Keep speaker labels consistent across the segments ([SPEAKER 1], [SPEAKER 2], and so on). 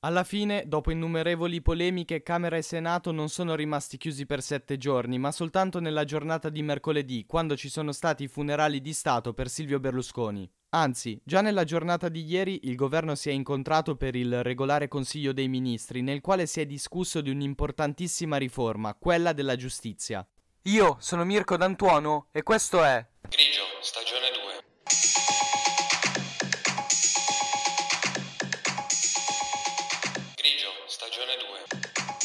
[SPEAKER 1] Alla fine, dopo innumerevoli polemiche, Camera e Senato non sono rimasti chiusi per 7 giorni, ma soltanto nella giornata di mercoledì, quando ci sono stati i funerali di Stato per Silvio Berlusconi. Anzi, già nella giornata di ieri il governo si è incontrato per il regolare Consiglio dei Ministri, nel quale si è discusso di un'importantissima riforma, quella della giustizia. Io sono Mirko D'Antuono e questo è
[SPEAKER 2] Grigio, stagione 2. Grigio, stagione 2.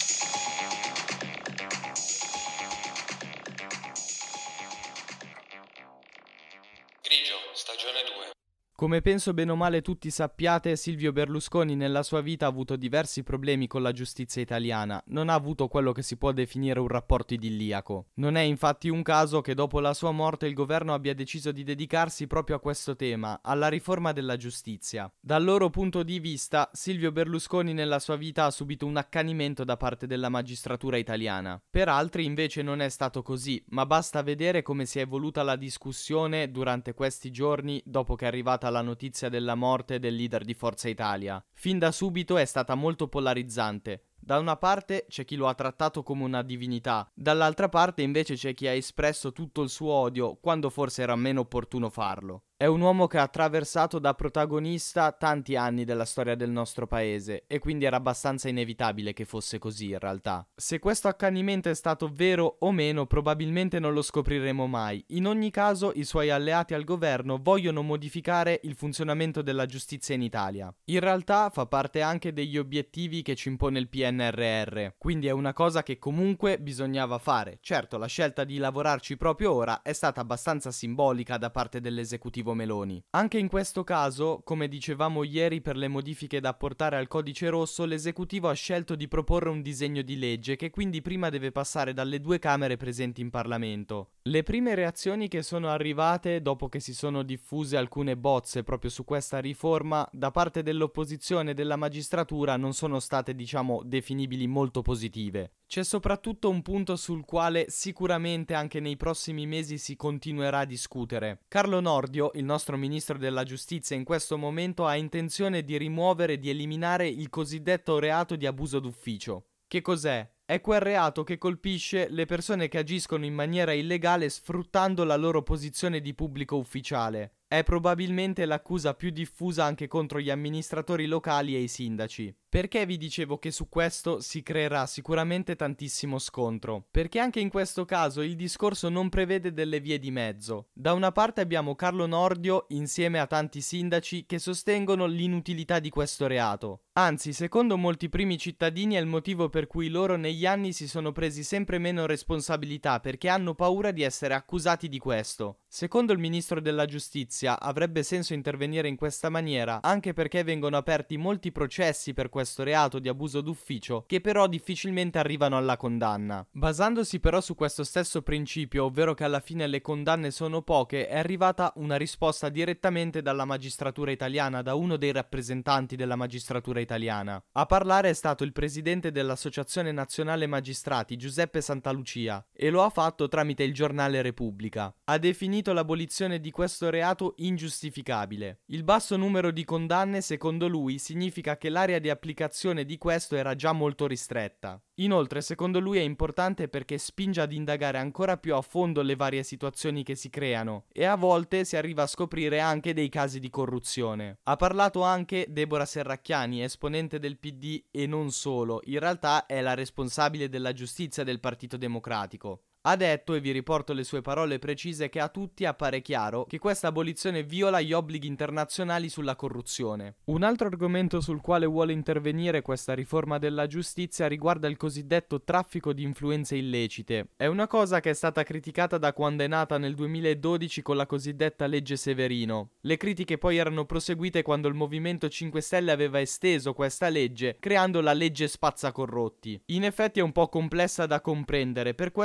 [SPEAKER 2] Grigio, stagione 2.
[SPEAKER 1] Come penso bene o male tutti sappiate, Silvio Berlusconi nella sua vita ha avuto diversi problemi con la giustizia italiana, non ha avuto quello che si può definire un rapporto idilliaco. Non è infatti un caso che dopo la sua morte il governo abbia deciso di dedicarsi proprio a questo tema, alla riforma della giustizia. Dal loro punto di vista, Silvio Berlusconi nella sua vita ha subito un accanimento da parte della magistratura italiana. Per altri invece non è stato così, ma basta vedere come si è evoluta la discussione durante questi giorni dopo che è arrivata la notizia della morte del leader di Forza Italia. Fin da subito è stata molto polarizzante. Da una parte c'è chi lo ha trattato come una divinità, dall'altra parte invece c'è chi ha espresso tutto il suo odio quando forse era meno opportuno farlo. È un uomo che ha attraversato da protagonista tanti anni della storia del nostro paese e quindi era abbastanza inevitabile che fosse così in realtà. Se questo accanimento è stato vero o meno probabilmente non lo scopriremo mai. In ogni caso i suoi alleati al governo vogliono modificare il funzionamento della giustizia in Italia. In realtà fa parte anche degli obiettivi che ci impone il PNRR, quindi è una cosa che comunque bisognava fare. Certo, la scelta di lavorarci proprio ora è stata abbastanza simbolica da parte dell'esecutivo Meloni. Anche in questo caso, come dicevamo ieri per le modifiche da apportare al codice rosso, l'esecutivo ha scelto di proporre un disegno di legge che quindi prima deve passare dalle due camere presenti in Parlamento. Le prime reazioni che sono arrivate dopo che si sono diffuse alcune bozze proprio su questa riforma da parte dell'opposizione e della magistratura non sono state, definibili molto positive. C'è soprattutto un punto sul quale sicuramente anche nei prossimi mesi si continuerà a discutere. Carlo Nordio, il nostro ministro della giustizia in questo momento, ha intenzione di rimuovere e di eliminare il cosiddetto reato di abuso d'ufficio. Che cos'è? È quel reato che colpisce le persone che agiscono in maniera illegale sfruttando la loro posizione di pubblico ufficiale. È probabilmente l'accusa più diffusa anche contro gli amministratori locali e i sindaci. Perché vi dicevo che su questo si creerà sicuramente tantissimo scontro? Perché anche in questo caso il discorso non prevede delle vie di mezzo. Da una parte abbiamo Carlo Nordio insieme a tanti sindaci che sostengono l'inutilità di questo reato. Anzi, secondo molti primi cittadini è il motivo per cui loro negli anni si sono presi sempre meno responsabilità perché hanno paura di essere accusati di questo. Secondo il ministro della giustizia avrebbe senso intervenire in questa maniera anche perché vengono aperti molti processi per questo reato di abuso d'ufficio che però difficilmente arrivano alla condanna. Basandosi però su questo stesso principio, ovvero che alla fine le condanne sono poche, è arrivata una risposta direttamente dalla magistratura italiana, da uno dei rappresentanti della magistratura italiana. A parlare è stato il presidente dell'Associazione Nazionale Magistrati, Giuseppe Santalucia, e lo ha fatto tramite il giornale Repubblica. Ha definito l'abolizione di questo reato ingiustificabile. Il basso numero di condanne, secondo lui, significa che l'area di applicazione di questo era già molto ristretta. Inoltre, secondo lui è importante perché spinge ad indagare ancora più a fondo le varie situazioni che si creano e a volte si arriva a scoprire anche dei casi di corruzione. Ha parlato anche Deborah Serracchiani, esponente del PD e non solo, in realtà è la responsabile della giustizia del Partito Democratico. Ha detto, e vi riporto le sue parole precise, che a tutti appare chiaro che questa abolizione viola gli obblighi internazionali sulla corruzione. Un altro argomento sul quale vuole intervenire questa riforma della giustizia riguarda il cosiddetto traffico di influenze illecite. È una cosa che è stata criticata da quando è nata nel 2012 con la cosiddetta legge Severino. Le critiche poi erano proseguite quando il Movimento 5 Stelle aveva esteso questa legge, creando la legge spazzacorrotti. In effetti è un po' complessa da comprendere, per questo la nuova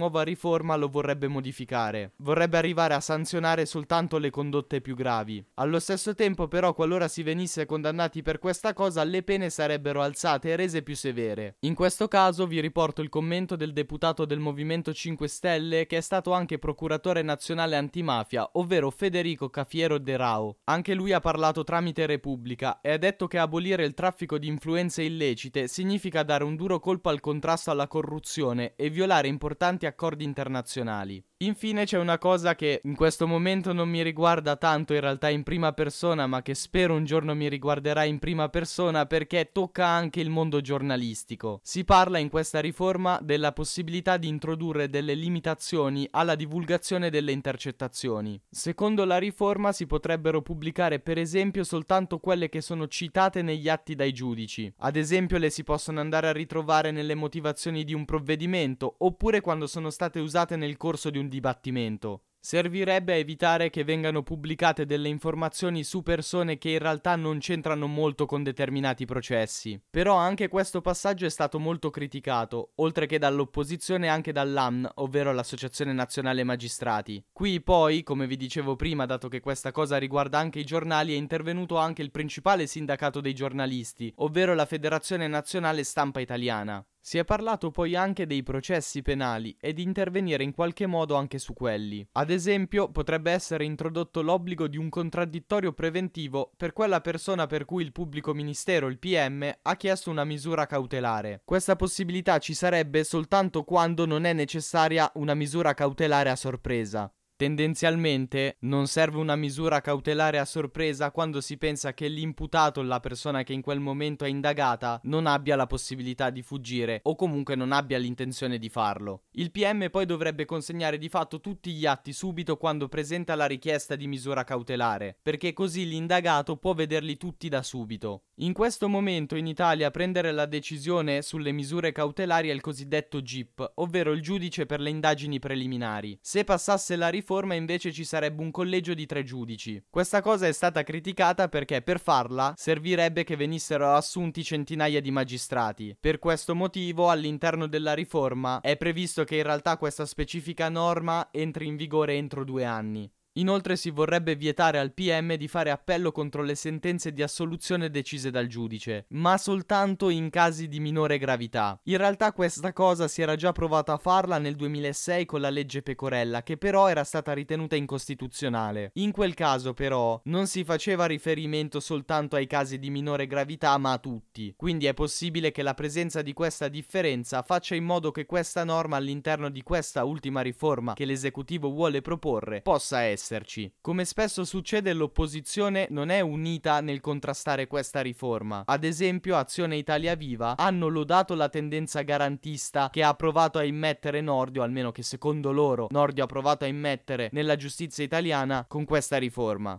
[SPEAKER 1] nuova riforma lo vorrebbe modificare. Vorrebbe arrivare a sanzionare soltanto le condotte più gravi. Allo stesso tempo, però, qualora si venisse condannati per questa cosa, le pene sarebbero alzate e rese più severe. In questo caso vi riporto il commento del deputato del Movimento 5 Stelle che è stato anche procuratore nazionale antimafia, ovvero Federico Cafiero De Rao. Anche lui ha parlato tramite Repubblica e ha detto che abolire il traffico di influenze illecite significa dare un duro colpo al contrasto alla corruzione e violare importanti accordi internazionali. Infine c'è una cosa che in questo momento non mi riguarda tanto in realtà in prima persona, ma che spero un giorno mi riguarderà in prima persona perché tocca anche il mondo giornalistico. Si parla in questa riforma della possibilità di introdurre delle limitazioni alla divulgazione delle intercettazioni. Secondo la riforma si potrebbero pubblicare per esempio soltanto quelle che sono citate negli atti dai giudici. Ad esempio le si possono andare a ritrovare nelle motivazioni di un provvedimento oppure quando sono state usate nel corso di un dibattimento. Servirebbe a evitare che vengano pubblicate delle informazioni su persone che in realtà non c'entrano molto con determinati processi. Però anche questo passaggio è stato molto criticato, oltre che dall'opposizione anche dall'AMN, ovvero l'Associazione Nazionale Magistrati. Qui poi, come vi dicevo prima, dato che questa cosa riguarda anche i giornali, è intervenuto anche il principale sindacato dei giornalisti, ovvero la Federazione Nazionale Stampa Italiana. Si è parlato poi anche dei processi penali e di intervenire in qualche modo anche su quelli. Ad esempio, potrebbe essere introdotto l'obbligo di un contraddittorio preventivo per quella persona per cui il pubblico ministero, il PM, ha chiesto una misura cautelare. Questa possibilità ci sarebbe soltanto quando non è necessaria una misura cautelare a sorpresa. Tendenzialmente non serve una misura cautelare a sorpresa quando si pensa che l'imputato, la persona che in quel momento è indagata, non abbia la possibilità di fuggire o comunque non abbia l'intenzione di farlo. Il PM poi dovrebbe consegnare di fatto tutti gli atti subito quando presenta la richiesta di misura cautelare, perché così l'indagato può vederli tutti da subito. In questo momento in Italia prendere la decisione sulle misure cautelari è il cosiddetto GIP, ovvero il giudice per le indagini preliminari. Se passasse la riforma invece ci sarebbe un collegio di 3 giudici. Questa cosa è stata criticata perché per farla servirebbe che venissero assunti centinaia di magistrati. Per questo motivo all'interno della riforma è previsto che in realtà questa specifica norma entri in vigore entro 2 anni. Inoltre si vorrebbe vietare al PM di fare appello contro le sentenze di assoluzione decise dal giudice, ma soltanto in casi di minore gravità. In realtà questa cosa si era già provata a farla nel 2006 con la legge Pecorella, che però era stata ritenuta incostituzionale. In quel caso però non si faceva riferimento soltanto ai casi di minore gravità, ma a tutti. Quindi è possibile che la presenza di questa differenza faccia in modo che questa norma all'interno di questa ultima riforma che l'esecutivo vuole proporre possa esserci. Come spesso succede, l'opposizione non è unita nel contrastare questa riforma. Ad esempio, Azione Italia Viva hanno lodato la tendenza garantista che ha provato a immettere Nordio, almeno che secondo loro Nordio ha provato a immettere nella giustizia italiana con questa riforma.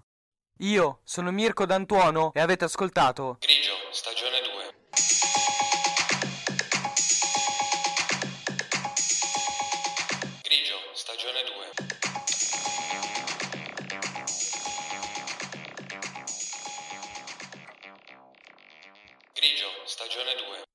[SPEAKER 1] Io sono Mirko D'Antuono e avete ascoltato
[SPEAKER 2] Grigio, stagione 2. Grigio, stagione 2. Grigio, stagione 2.